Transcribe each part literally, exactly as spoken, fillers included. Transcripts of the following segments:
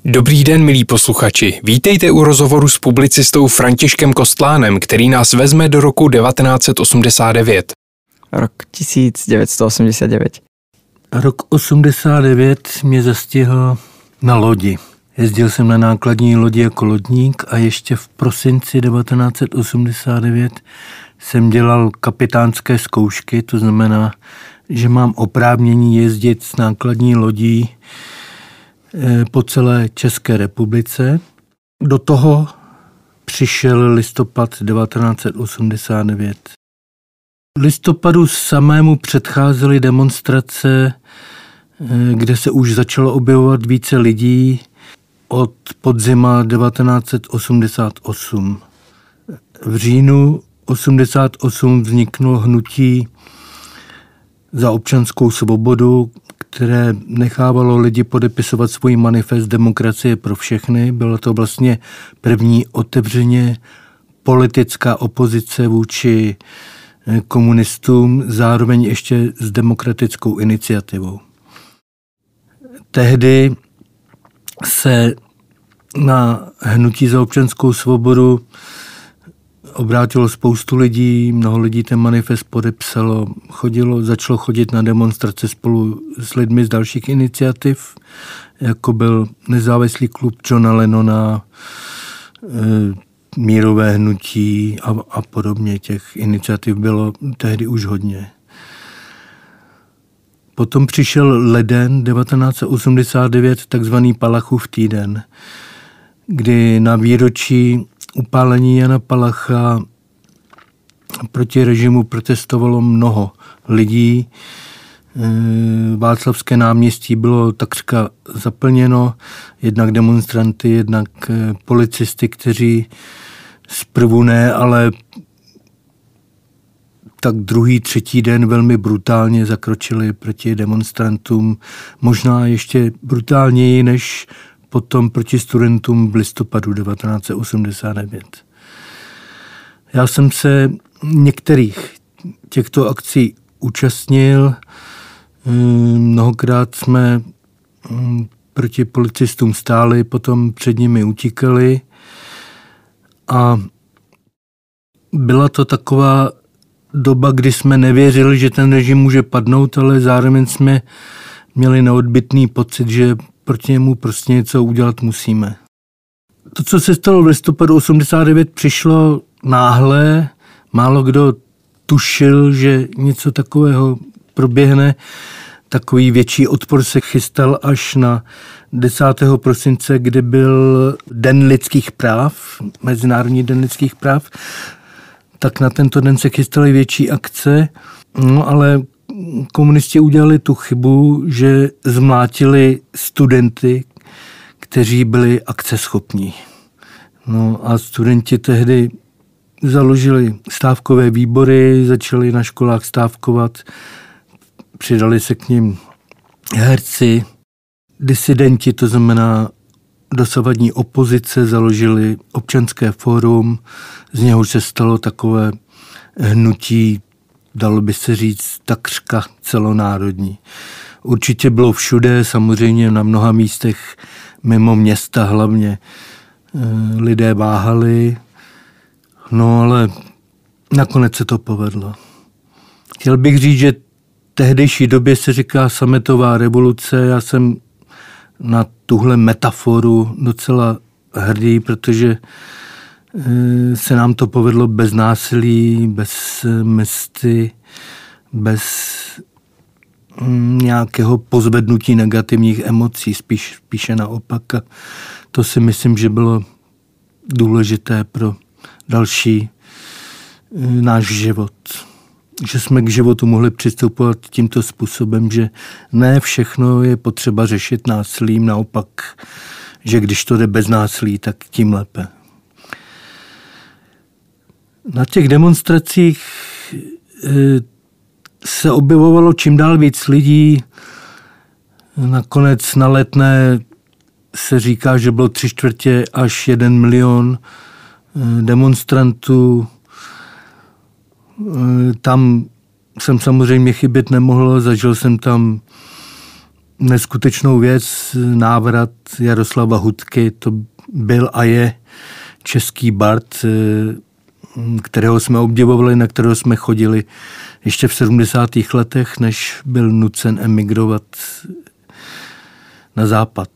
Dobrý den, milí posluchači. Vítejte u rozhovoru s publicistou Františkem Kostlánem, který nás vezme do roku devatenáct set osmdesát devět. Rok tisíc devět set osmdesát devět. Rok osmdesát devět mě zastihl na lodi. Jezdil jsem na nákladní lodi jako lodník a ještě v prosinci devatenáct set osmdesát devět jsem dělal kapitánské zkoušky, to znamená, že mám oprávnění jezdit s nákladní lodí po celé České republice. Do toho přišel listopad devatenáct set osmdesát devět. Listopadu samému předcházely demonstrace, kde se už začalo objevovat více lidí od podzima devatenáct set osmdesát osm. V říjnu osmdesát osm vzniklo hnutí za občanskou svobodu, které nechávalo lidi podepisovat svůj manifest Demokracie pro všechny. Byla to vlastně první otevřeně politická opozice vůči komunistům, zároveň ještě s demokratickou iniciativou. Tehdy se na hnutí za občanskou svobodu obrátilo spoustu lidí, mnoho lidí ten manifest podepsalo, chodilo, začalo chodit na demonstrace spolu s lidmi z dalších iniciativ, jako byl nezávislý klub Johna Lennona, e, mírové hnutí a, a podobně. Těch iniciativ bylo tehdy už hodně. Potom přišel leden devatenáct set osmdesát devět, takzvaný Palachův týden, kdy na výročí upálení Jana Palacha proti režimu protestovalo mnoho lidí. Václavské náměstí bylo takřka zaplněno, jednak demonstranty, jednak policisty, kteří zprvu ne, ale tak druhý, třetí den velmi brutálně zakročili proti demonstrantům, možná ještě brutálněji než potom proti studentům v listopadu devatenáct set osmdesát devět. Já jsem se některých těchto akcí účastnil. Mnohokrát jsme proti policistům stáli, potom před nimi utíkali a byla to taková doba, kdy jsme nevěřili, že ten režim může padnout, ale zároveň jsme měli neodbytný pocit, že proti němu prostě něco udělat musíme. To, co se stalo v listopadu osmdesát devět, přišlo náhle. Málo kdo tušil, že něco takového proběhne. Takový větší odpor se chystal až na desátého prosince, kdy byl Den lidských práv, Mezinárodní den lidských práv. Tak na tento den se chystaly větší akce, no ale komunisti udělali tu chybu, že zmlátili studenty, kteří byli akceschopní. No a studenti tehdy založili stávkové výbory, začali na školách stávkovat, přidali se k nim herci, disidenti, to znamená dosavadní opozice, založili občanské fórum, z něho se stalo takové hnutí, dalo by se říct, takřka celonárodní. Určitě bylo všude, samozřejmě na mnoha místech mimo města hlavně lidé váhali, no ale nakonec se to povedlo. Chtěl bych říct, že tehdejší době se říká sametová revoluce. Já jsem na tuhle metaforu docela hrdý, protože se nám to povedlo bez násilí, bez msty, bez nějakého pozvednutí negativních emocí, spíš, spíše naopak. A to si myslím, že bylo důležité pro další náš život. Že jsme k životu mohli přistupovat tímto způsobem, že ne všechno je potřeba řešit násilím, naopak, že když to jde bez násilí, tak tím lépe. Na těch demonstracích se objevovalo čím dál víc lidí. Nakonec na Letné se říká, že bylo tři čtvrtě až jeden milion demonstrantů. Tam jsem samozřejmě chybět nemohl, zažil jsem tam neskutečnou věc, návrat Jaroslava Hudky, to byl a je český bard, kterého jsme obdivovali, na kterého jsme chodili ještě v sedmdesátých letech, než byl nucen emigrovat na západ.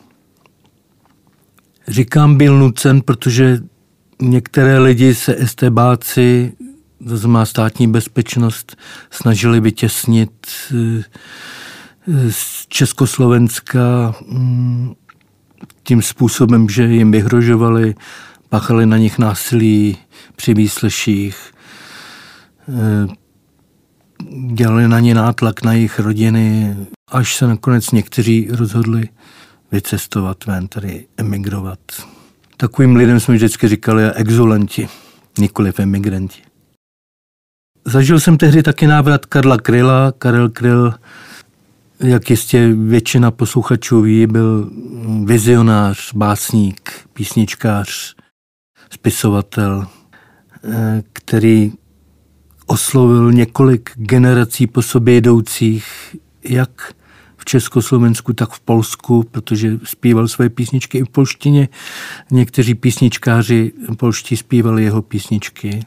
Říkám byl nucen, protože některé lidi se estébáci, to znamená státní bezpečnost, snažili vytěsnit z Československa tím způsobem, že jim vyhrožovali, páchali na nich násilí při výsleších, dělali na ně nátlak na jejich rodiny, až se nakonec někteří rozhodli vycestovat ven, tady emigrovat. Takovým lidem jsme vždycky říkali exulanti, nikoliv emigranti. Zažil jsem tehdy taky návrat Karla Kryla. Karel Kryl, jak jistě většina posluchačů ví, byl vizionář, básník, písničkář, spisovatel, který oslovil několik generací po sobě jdoucích, jak v Československu, tak v Polsku, protože zpíval své písničky i v polštině. Někteří písničkáři polští zpívali jeho písničky.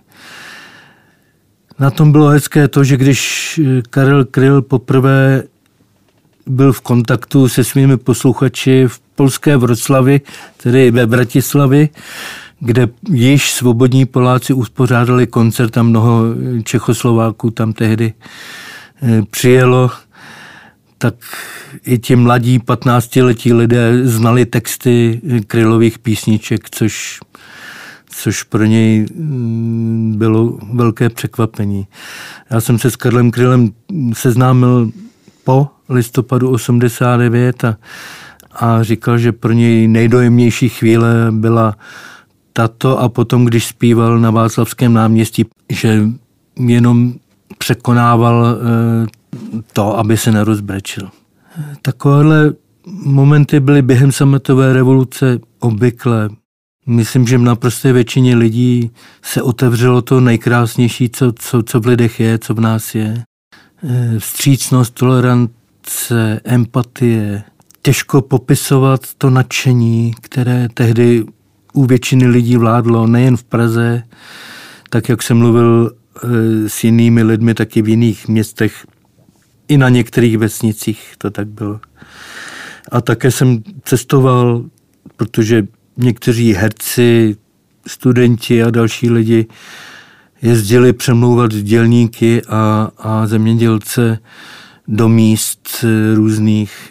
Na tom bylo hezké to, že když Karel Kryl poprvé byl v kontaktu se svými posluchači v polské Vroclavi, tedy ve Vratislavi, kde již svobodní Poláci uspořádali koncert a mnoho Čechoslováků tam tehdy přijelo, tak i ti mladí patnáctiletí lidé znali texty Krylových písniček, což, což pro něj bylo velké překvapení. Já jsem se s Karlem Krylem seznámil po listopadu osmdesát devět a, a říkal, že pro něj nejdojemnější chvíle byla tato a potom, když zpíval na Václavském náměstí, že jenom překonával to, aby se nerozbrečil. Takovéhle momenty byly během sametové revoluce obvyklé. Myslím, že v naprosté většině lidí se otevřelo to nejkrásnější, co, co, co v lidech je, co v nás je. Vstřícnost, tolerance, empatie. Těžko popisovat to nadšení, které tehdy u většiny lidí vládlo, nejen v Praze, tak jak jsem mluvil s jinými lidmi, tak i v jiných městech, i na některých vesnicích to tak bylo. A také jsem cestoval, protože někteří herci, studenti a další lidi jezdili přemlouvat dělníky a, a zemědělce do míst různých,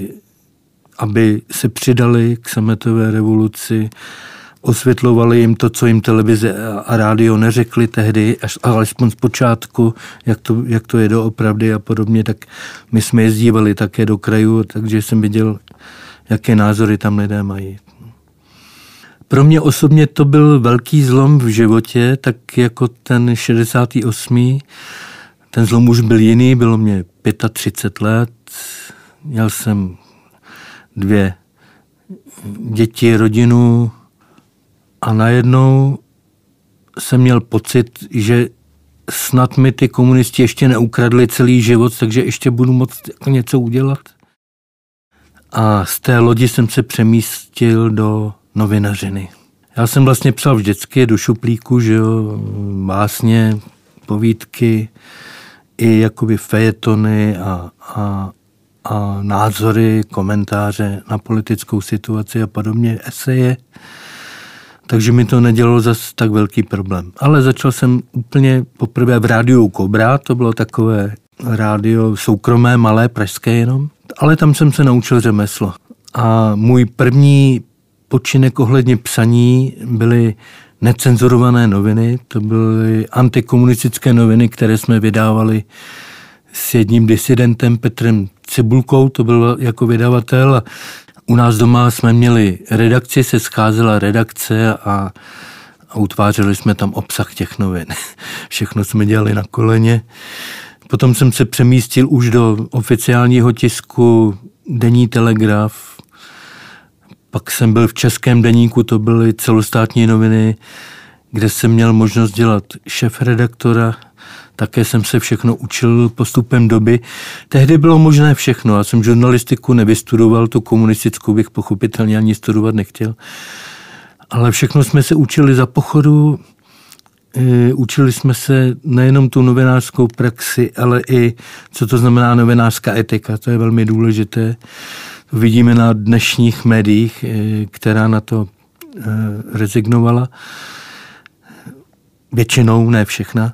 aby se přidali k sametové revoluci, osvětlovali jim to, co jim televize a rádio neřekli tehdy, až alespoň zpočátku, jak to, jak to je doopravdy a podobně, tak my jsme jezdívali také do krajů, takže jsem viděl, jaké názory tam lidé mají. Pro mě osobně to byl velký zlom v životě, tak jako ten šedesátý osmý Ten zlom už byl jiný, bylo mě třicet pět let, měl jsem dvě děti, rodinu a najednou jsem měl pocit, že snad mi ty komunisti ještě neukradli celý život, takže ještě budu moct něco udělat. A z té lodi jsem se přemístil do novinařiny. Já jsem vlastně psal vždycky do šuplíku, že jo, básně, povídky, i jakoby fejetony a, a, a názory, komentáře na politickou situaci a podobně, eseje. Takže mi to nedělalo zas tak velký problém. Ale začal jsem úplně poprvé v rádiu Kobra, to bylo takové rádio soukromé, malé, pražské jenom. Ale tam jsem se naučil řemeslo. A můj první počinek ohledně psaní byly necenzurované noviny, to byly antikomunistické noviny, které jsme vydávali s jedním disidentem Petrem Cibulkou, to byl jako vydavatel. A u nás doma jsme měli redakci, se scházela redakce a, a utvářeli jsme tam obsah těch novin. Všechno jsme dělali na koleně. Potom jsem se přemístil už do oficiálního tisku Dení Telegraf. Pak jsem byl v Českém deníku, to byly celostátní noviny, kde jsem měl možnost dělat šéfredaktora, také jsem se všechno učil postupem doby. Tehdy bylo možné všechno. Já jsem žurnalistiku nevystudoval, tu komunistickou bych pochopitelně ani studovat nechtěl. Ale všechno jsme se učili za pochodu. Učili jsme se nejenom tu novinářskou praxi, ale i co to znamená novinářská etika. To je velmi důležité. To vidíme na dnešních médiích, která na to rezignovala. Většinou, ne všechna.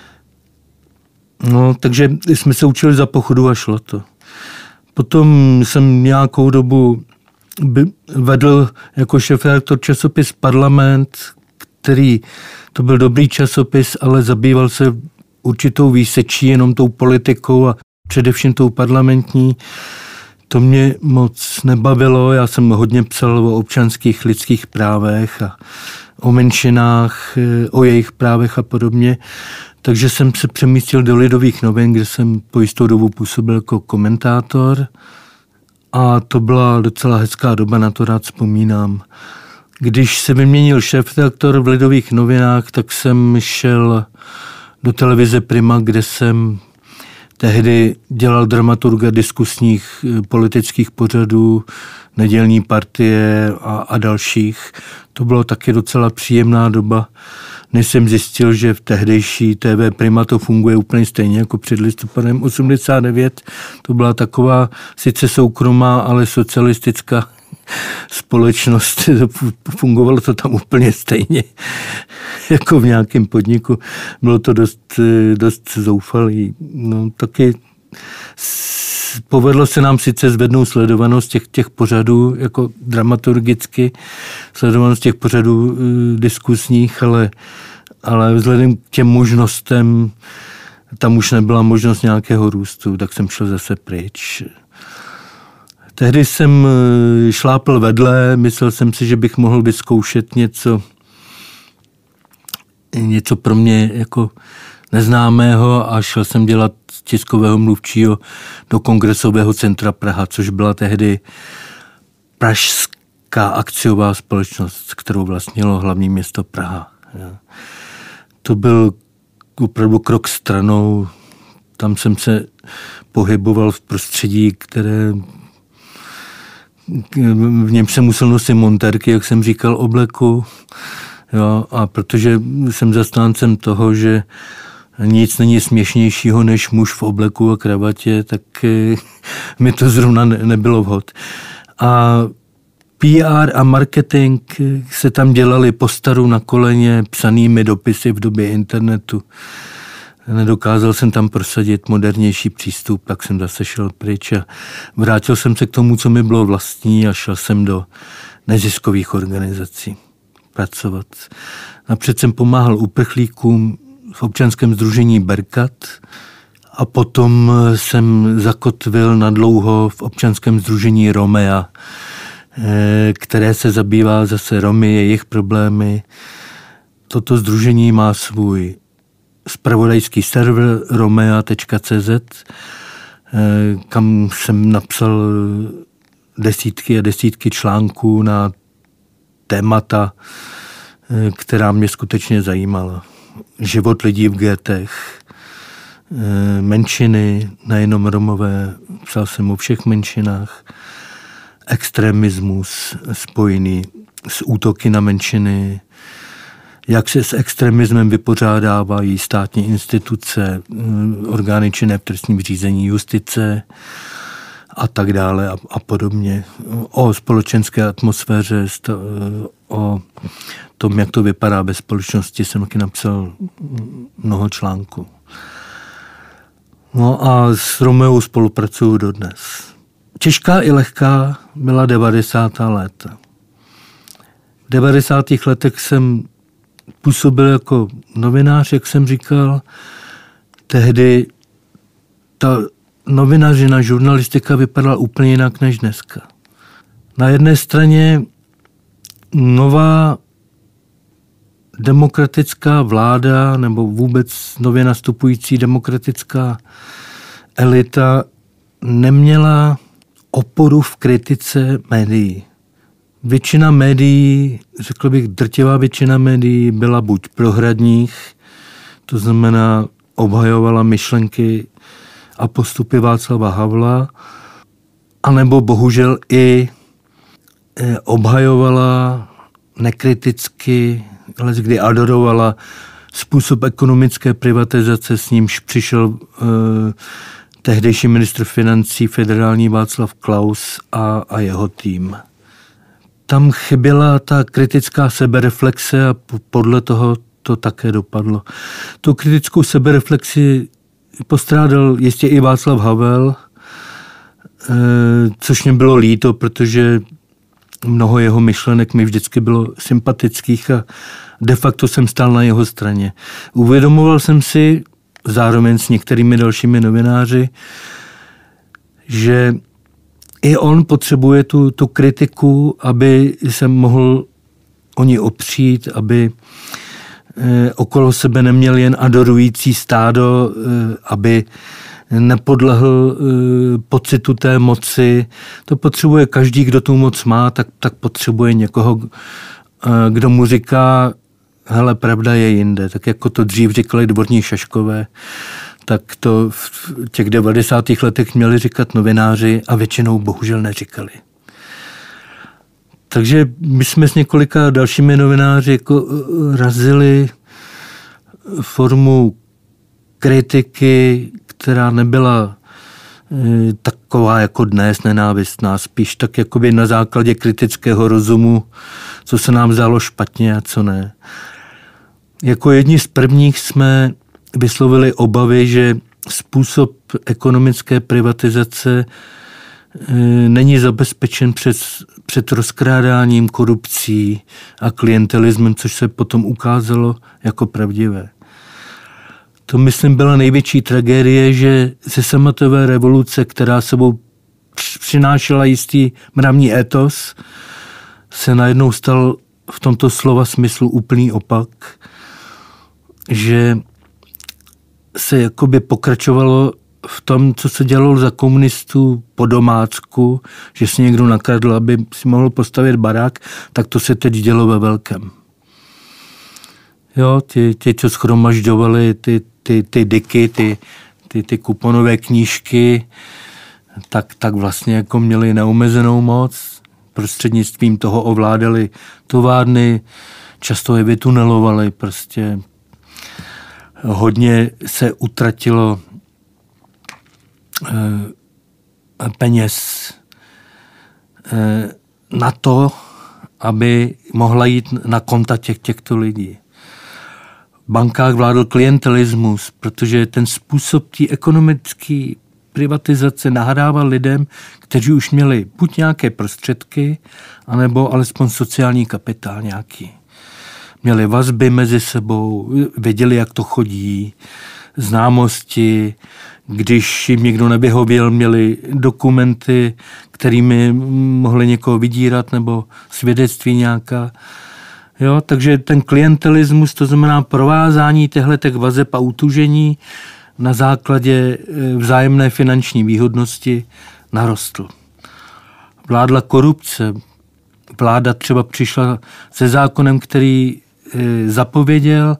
No, takže jsme se učili za pochodu a šlo to. Potom jsem nějakou dobu vedl jako šéfredaktor časopis Parlament, který to byl dobrý časopis, ale zabýval se určitou výsečí, jenom tou politikou a především tou parlamentní. To mě moc nebavilo, já jsem hodně psal o občanských lidských právech a o menšinách, o jejich právech a podobně. Takže jsem se přemístil do Lidových novin, kde jsem po jistou dobu působil jako komentátor. A to byla docela hezká doba, na to rád vzpomínám. Když se vyměnil šéfredaktor v Lidových novinách, tak jsem šel do televize Prima, kde jsem tehdy dělal dramaturga diskusních politických pořadů, Nedělní partie a, a dalších. To bylo taky docela příjemná doba, než jsem zjistil, že v tehdejší T V Prima to funguje úplně stejně jako před listopadem osmdesát devět. To byla taková sice soukromá, ale socialistická společnost. Fungovalo to tam úplně stejně jako v nějakém podniku. Bylo to dost, dost zoufalý. No, taky povedlo se nám sice zvednout sledovanost těch, těch pořadů, jako dramaturgicky sledovanost těch pořadů uh, diskusních, ale, ale vzhledem k těm možnostem tam už nebyla možnost nějakého růstu, tak jsem šel zase pryč. Tehdy jsem šlápl vedle, myslel jsem si, že bych mohl vyzkoušet něco, něco pro mě jako neznámého a šel jsem dělat tiskového mluvčího do Kongresového centra Praha, což byla tehdy pražská akciová společnost, kterou vlastnilo hlavní město Praha. To byl opravdu krok stranou. Tam jsem se pohyboval v prostředí, které v něm jsem musel nosit montérky, jak jsem říkal, obleku. Jo, a protože jsem zastáncem toho, že nic není směšnějšího než muž v obleku a kravatě, tak mi to zrovna nebylo vhod. A P R a marketing se tam dělali postaru na koleně psanými dopisy v době internetu. Nedokázal jsem tam prosadit modernější přístup, tak jsem zase šel pryč a vrátil jsem se k tomu, co mi bylo vlastní a šel jsem do neziskových organizací pracovat. Napřed jsem pomáhal uprchlíkům v občanském sdružení Berkat a potom jsem zakotvil nadlouho v občanském sdružení Romea, které se zabývá zase Romy, jejich problémy. Toto sdružení má svůj zpravodajský server romea tečka cé zet, kam jsem napsal desítky a desítky článků na témata, která mě skutečně zajímala. Život lidí v ghetech, menšiny, nejenom Romové, psal jsem o všech menšinách, extremismus spojený s útoky na menšiny, jak se s extremismem vypořádávají státní instituce, orgány činné v trestním řízení, justice a tak dále a, a podobně. O společenské atmosféře, o tom, jak to vypadá ve společnosti, jsem taky napsal mnoho článků. No a s Romeou spolupracuju dodnes. Těžká i lehká byla devadesátá léta. V devadesátých letech jsem působil jako novinář, jak jsem říkal. Tehdy ta novinařina, žurnalistika vypadala úplně jinak než dneska. Na jedné straně nová demokratická vláda nebo vůbec nově nastupující demokratická elita neměla oporu v kritice médií. Většina médií, řekl bych, drtivá většina médií byla buď prohradních, to znamená obhajovala myšlenky a postupy Václava Havla, anebo bohužel i obhajovala nekriticky, ale kdy adorovala způsob ekonomické privatizace, s nímž přišel eh, tehdejší ministr financí federální Václav Klaus a, a jeho tým. Tam chyběla ta kritická sebereflexe a podle toho to také dopadlo. Tu kritickou sebereflexi postrádal jistě i Václav Havel, eh, což mě bylo líto, protože mnoho jeho myšlenek mi vždycky bylo sympatických a de facto jsem stál na jeho straně. Uvědomoval jsem si, zároveň s některými dalšími novináři, že i on potřebuje tu, tu kritiku, aby se mohl o ní opřít, aby eh, okolo sebe neměl jen adorující stádo, eh, aby nepodlehl e, pocitu té moci. To potřebuje každý, kdo tu moc má, tak, tak potřebuje někoho, e, kdo mu říká, hele, pravda je jinde. Tak jako to dřív říkali dvorní šaškové, tak to v těch devadesátých letech měli říkat novináři a většinou bohužel neříkali. Takže my jsme s několika dalšími novináři jako razili formu kritiky, která nebyla e, taková jako dnes nenávistná, spíš tak jakoby na základě kritického rozumu, co se nám zdálo špatně a co ne. Jako jedni z prvních jsme vyslovili obavy, že způsob ekonomické privatizace e, není zabezpečen před, před rozkrádáním, korupcí a klientelismem, což se potom ukázalo jako pravdivé. To, myslím, byla největší tragédie, že ze sametové revoluce, která sebou přinášela jistý mravní étos, se najednou stal v tomto slova smyslu úplný opak, že se jakoby pokračovalo v tom, co se dělalo za komunistů po domácku, že si někdo nakradl, aby si mohl postavit barák, tak to se teď dělo ve velkém. Jo, ti, ti co shromažďovali ty ty, ty diky, ty, ty, ty kuponové knížky, tak, tak vlastně jako měli neomezenou moc. Prostřednictvím toho ovládali továrny, často je vytunelovali, prostě hodně se utratilo eh, peněz eh, na to, aby mohla jít na konta těch, těchto lidí. V bankách vládl klientelismus, protože ten způsob té ekonomické privatizace nahrával lidem, kteří už měli buď nějaké prostředky, anebo alespoň sociální kapitál nějaký. Měli vazby mezi sebou, věděli, jak to chodí, známosti, když jim někdo nevyhověl, měli dokumenty, kterými mohli někoho vydírat, nebo svědectví nějaká. Jo, takže ten klientelismus, to znamená provázání těchto vazeb a utužení na základě vzájemné finanční výhodnosti narostl. Vládla korupce. Vláda třeba přišla se zákonem, který zapověděl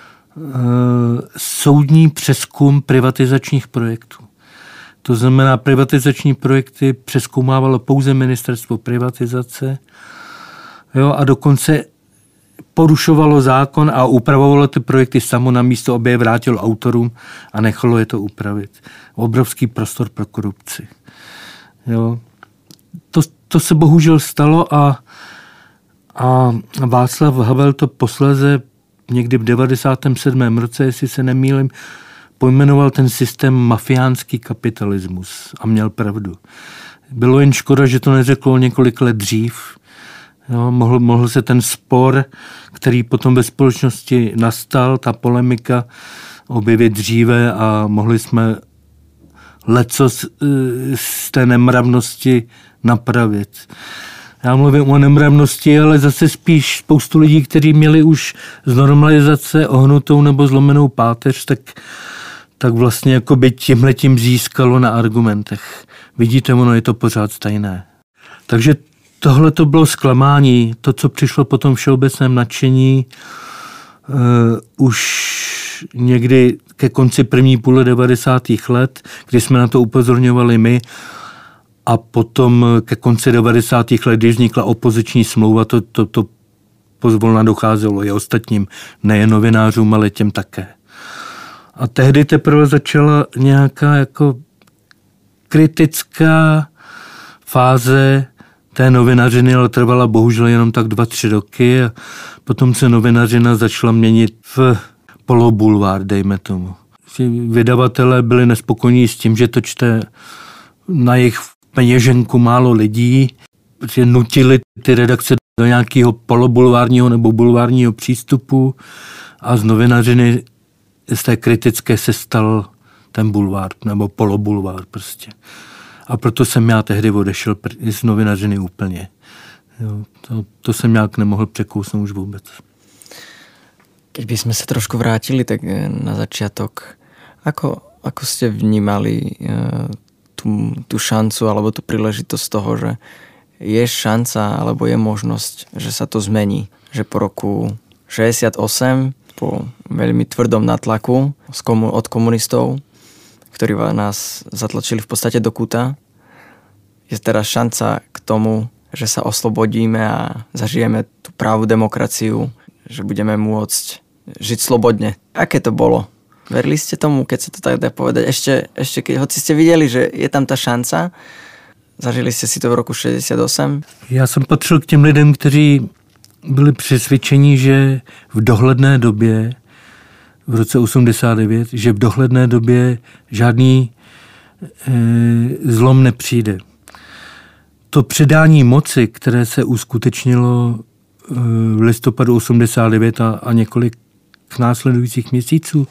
soudní přezkum privatizačních projektů. To znamená, privatizační projekty přezkoumávalo pouze ministerstvo privatizace, jo, a dokonce porušovalo zákon a upravovalo ty projekty samo na místo, aby je vrátil autorům a nechalo je to upravit. Obrovský prostor pro korupci. Jo. To, to se bohužel stalo a, a Václav Havel to posléze někdy v devadesátém sedmém roce, jestli se nemýlím, pojmenoval ten systém mafiánský kapitalismus a měl pravdu. Bylo jen škoda, že to neřeklo několik let dřív. Jo, mohl, mohl se ten spor, který potom ve společnosti nastal, ta polemika, objevit dříve a mohli jsme lecos z té nemravnosti napravit. Já mluvím o nemravnosti, ale zase spíš spoustu lidí, kteří měli už z normalizace ohnutou nebo zlomenou páteř, tak, tak vlastně jako by tímhletím získalo na argumentech. Vidíte, ono je to pořád stejné. Takže tohle to bylo zklamání. To, co přišlo po tom všeobecném nadšení, uh, už už někdy ke konci první půle devadesátých let, kdy jsme na to upozorňovali my, a potom ke konci devadesátých let, když vznikla opoziční smlouva, to, to, to pozvolna docházelo i ostatním, nejen novinářům, ale těm také. A tehdy teprve začala nějaká jako kritická fáze té novinařiny, ale trvala bohužel jenom tak dva, tři roky a potom se novinařina začala měnit v polobulvár, dejme tomu. Vydavatelé byli nespokojení s tím, že to čte na jejich peněženku málo lidí, protože nutili ty redakce do nějakého polobulvárního nebo bulvárního přístupu a z novinařiny z té kritické se stal ten bulvár nebo polobulvár prostě. A proto jsem já tehdy odešel z novinařiny úplně. Jo, to, to jsem nějak nemohl překousnout už vůbec. Keď by sme sa trošku vrátili, tak na začiatok, ako, ako ste vnímali tú, tú šancu alebo tú príležitosť toho, že je šanca alebo je možnosť, že sa to zmení? Že po roku šesťdesiatosem, po veľmi tvrdom natlaku od komunistov, ktorí nás zatlačili v podstate do kúta, je teraz šanca k tomu, že sa oslobodíme a zažijeme tú právu demokraciu, že budeme môcť žiť slobodne. Aké to bolo? Verili ste tomu, keď sa to tak dá povedať? Ešte, ešte keď, hoci ste videli, že je tam tá šanca, zažili ste si to v roku šesťdesiatosem? Já jsem patřil k těm lidem, kteří byli přesvědčeni, že v dohledné době, v roce osmdesát devět, že v dohledné době žádný e, zlom nepřijde. To předání moci, které se uskutečnilo v listopadu osmdesát devět a, a několik následujících měsíců,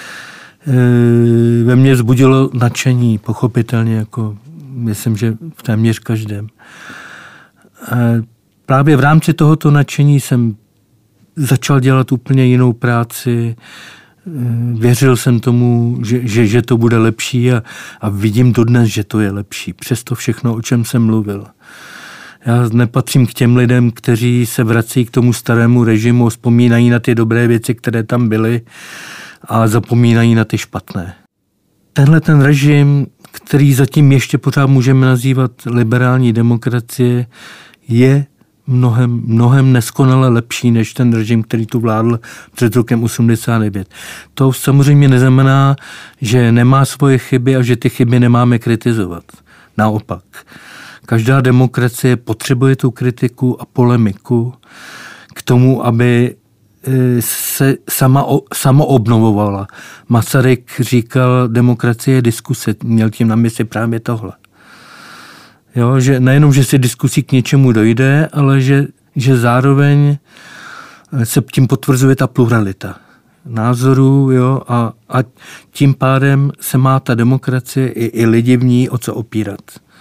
ve mně vzbudilo nadšení, pochopitelně, jako myslím, že v téměř každém. Právě v rámci tohoto nadšení jsem začal dělat úplně jinou práci, věřil jsem tomu, že, že, že to bude lepší a, a vidím dodnes, že to je lepší. Přesto všechno, o čem jsem mluvil. Já nepatřím k těm lidem, kteří se vrací k tomu starému režimu, vzpomínají na ty dobré věci, které tam byly a zapomínají na ty špatné. Tenhle ten režim, který zatím ještě pořád můžeme nazývat liberální demokracie, je mnohem, mnohem neskonale lepší než ten režim, který tu vládl před rokem osmdesát devět. To samozřejmě neznamená, že nemá svoje chyby a že ty chyby nemáme kritizovat. Naopak. Každá demokracie potřebuje tu kritiku a polemiku k tomu, aby se sama, sama obnovovala. Masaryk říkal, demokracie je diskuse, měl tím na mysli právě tohle. Jo, že nejenom, že si diskusí k něčemu dojde, ale že, že zároveň se tím potvrzuje ta pluralita názorů, jo, a, a tím pádem se má ta demokracie i, i lidi v ní o co opírat.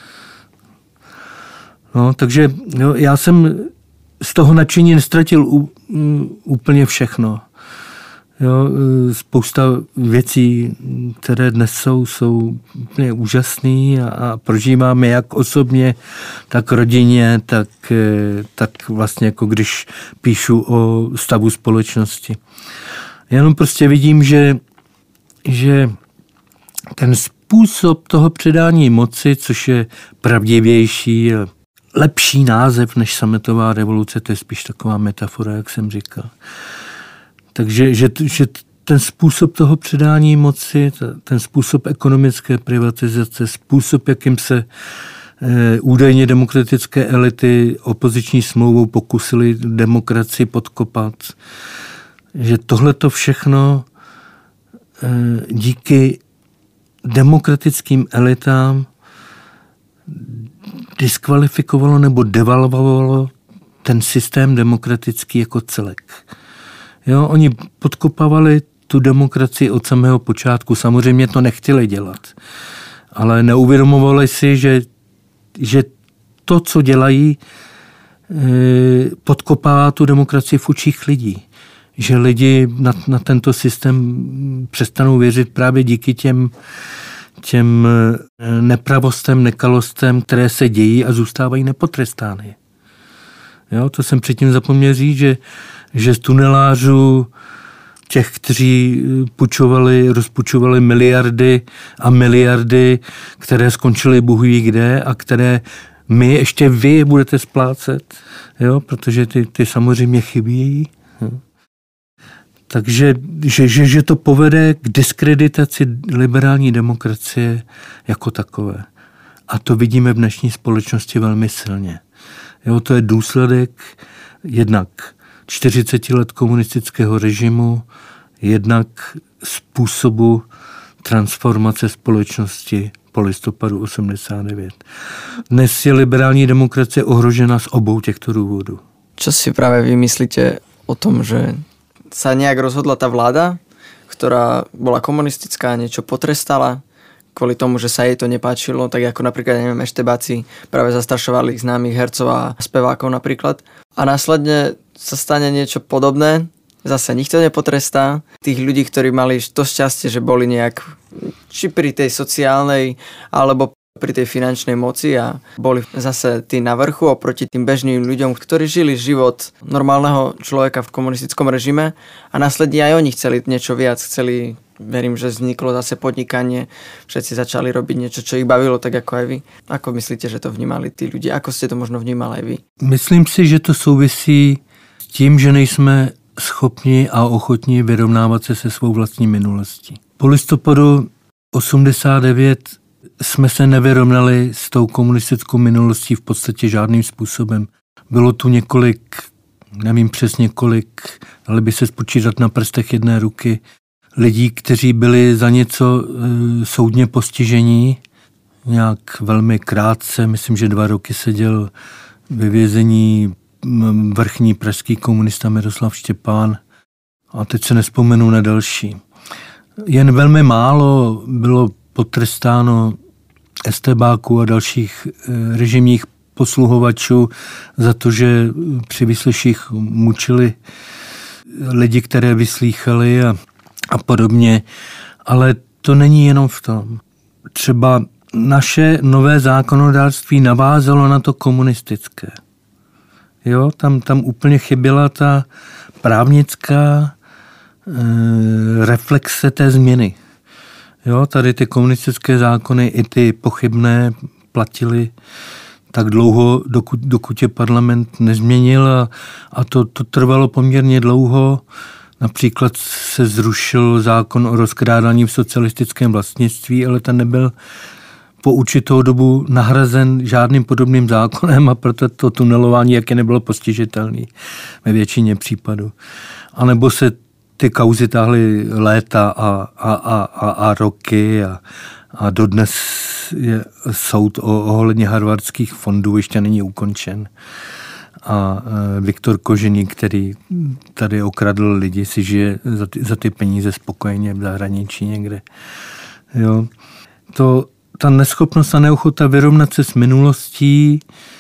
No, takže jo, já jsem z toho nadšení nestratil u, úplně všechno. Jo, spousta věcí, které dnes jsou, jsou úplně úžasné a, a prožíváme jak osobně, tak rodině, tak, tak vlastně jako když píšu o stavu společnosti. Já jenom prostě vidím, že, že ten způsob toho předání moci, což je pravdivější, lepší název než sametová revoluce, to je spíš taková metafora, jak jsem říkal. Takže že, že ten způsob toho předání moci, ten způsob ekonomické privatizace, způsob, jakým se e, údajně demokratické elity opoziční smlouvou pokusili demokracii podkopat, že tohleto všechno e, díky demokratickým elitám diskvalifikovalo nebo devalvovalo ten systém demokratický jako celek. Jo, oni podkopávali tu demokracii od samého počátku. Samozřejmě to nechtěli dělat. Ale neuvědomovali si, že, že to, co dělají, podkopává tu demokracii v očích lidí. Že lidi na, na tento systém přestanou věřit právě díky těm, těm nepravostem, nekalostem, které se dějí a zůstávají nepotrestány. Jo, to jsem předtím zapomněl říct, že že z tunelářů těch, kteří půjčovali, rozpůjčovali miliardy a miliardy, které skončily Bůh ví kde a které my ještě vy budete splácet, jo, protože ty, ty samozřejmě chybějí. Jo. Takže že, že, že to povede k diskreditaci liberální demokracie jako takové. A to vidíme v dnešní společnosti velmi silně. Jo, to je důsledek jednak čtyřicet let komunistického režimu, jednak způsobu transformace společnosti po listopadu osmdesát devět. Dnes je liberální demokracie ohrožena z obou těchto důvodů. Čo si práve vy myslíte o tom, že sa nejak rozhodla tá vláda, ktorá bola komunistická, niečo potrestala kvôli tomu, že sa jej to nepáčilo, tak ako napríklad, neviem, eštebáci práve zastrašovali známych hercov a spevákov napríklad. A následne sa stane niečo podobné, zase nikto nepotrestá tých ľudí, ktorí mali to šťastie, že boli nejak či pri tej sociálnej, alebo pri tej finančnej moci a boli zase tí na vrchu oproti tým bežným ľuďom, ktorí žili život normálneho človeka v komunistickom režime a následne aj oni chceli niečo viac, chceli, verím, že vzniklo zase podnikanie, všetci začali robiť niečo, čo ich bavilo, tak ako aj vy. Ako myslíte, že to vnímali tí ľudia? Ako ste to možno vnímali aj vy? Myslím si, že to souvisí s tím, že nejsme schopni a ochotní vyrovnávat se se svou vlastní minulostí. Po listopadu osmdesát devět jsme se nevyrovnali s tou komunistickou minulostí v podstatě žádným způsobem. Bylo tu několik, nevím přesně kolik, ale by se spočítat na prstech jedné ruky, lidí, kteří byli za něco e, soudně postižení, nějak velmi krátce, myslím, že dva roky seděl ve vězení vrchní pražský komunista Miroslav Štěpán a teď se nespomenu na další. Jen velmi málo bylo potrestáno estébáků a dalších režimních posluhovačů za to, že při výsleších mučili lidi, které vyslýchali a, a podobně. Ale to není jenom v tom. Třeba naše nové zákonodárství navázalo na to komunistické. Jo, tam, tam úplně chyběla ta právnická e, reflexe té změny. Jo, tady ty komunistické zákony, i ty pochybné, platily tak dlouho, dokud, dokud je parlament nezměnil a, a to, to trvalo poměrně dlouho. Například se zrušil zákon o rozkrádání v socialistickém vlastnictví, ale ten nebyl po určitou dobu nahrazen žádným podobným zákonem a proto to tunelování jaké nebylo postižitelné ve většině případů. A nebo se ty kauzy táhly léta a, a, a, a, a roky a, a dodnes je soud o, ohledně harvardských fondů ještě není ukončen. A e, Viktor Kožený, který tady okradl lidi, si žije za ty, za ty peníze spokojeně v zahraničí někde. Jo. To, ta neschopnost a neochota vyrovnat se s minulostí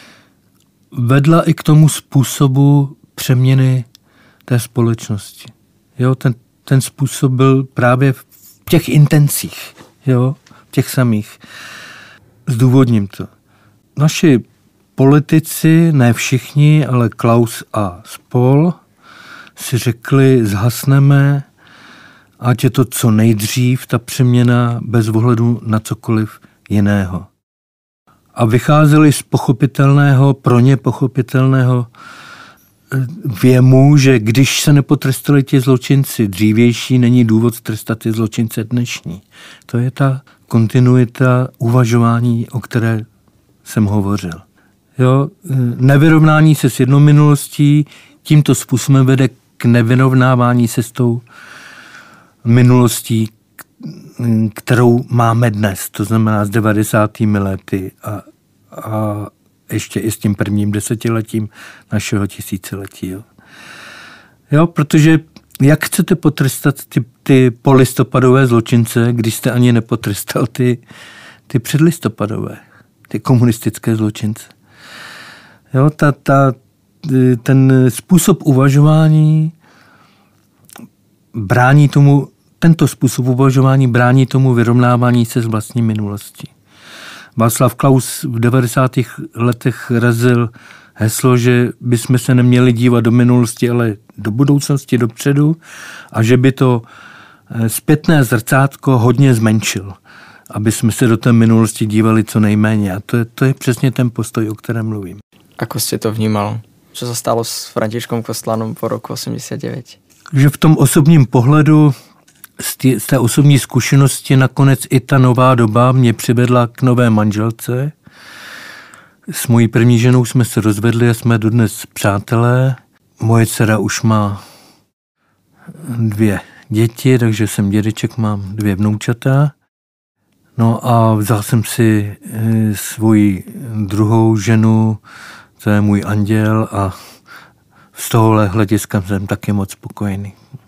vedla i k tomu způsobu přeměny té společnosti. Jo, ten, ten způsob byl právě v těch intencích, jo, těch samých. Zdůvodním to. Naši politici, ne všichni, ale Klaus a spol, si řekli, zhasneme, ať je to co nejdřív, ta přeměna bez ohledu na cokoliv jiného. A vycházeli z pochopitelného, pro ně pochopitelného věmu, že když se nepotrestali ti zločinci dřívější, není důvod trestat ty zločince dnešní. To je ta kontinuita uvažování, o které jsem hovořil. Jo, nevyrovnání se s jednou minulostí tímto způsobem vede k nevyrovnávání se s tou minulostí, kterou máme dnes, to znamená s devadesátými lety a, a ještě i s tím prvním desetiletím našeho tisíciletí. Jo, jo protože jak chcete potrestat ty, ty polistopadové zločince, když jste ani nepotrestal ty, ty předlistopadové, ty komunistické zločince? Jo, ta, ta, ten způsob uvažování brání tomu, tento způsob uvažování brání tomu vyrovnávání se s vlastní minulostí. Václav Klaus v devadesátých letech razil heslo, že bychom se neměli dívat do minulosti, ale do budoucnosti, dopředu a že by to zpětné zrcátko hodně zmenšil, aby jsme se do té minulosti dívali co nejméně. A to je, to je přesně ten postoj, o kterém mluvím. Ako ste to vnímal? Čo sa stalo s Františkom Kostlánom po roku osemdesiatdeväť? Že v tom osobním pohledu z té, z té osobní zkušenosti nakonec i ta nová doba mě přivedla k nové manželce. S mojí první ženou jsme se rozvedli a jsme dodnes přátelé. Moje dcera už má dvě děti, takže jsem dědeček, mám dvě vnoučata. No a vzal jsem si svoji druhou ženu, to je můj anděl a z tohohle hlediska jsem taky moc spokojený.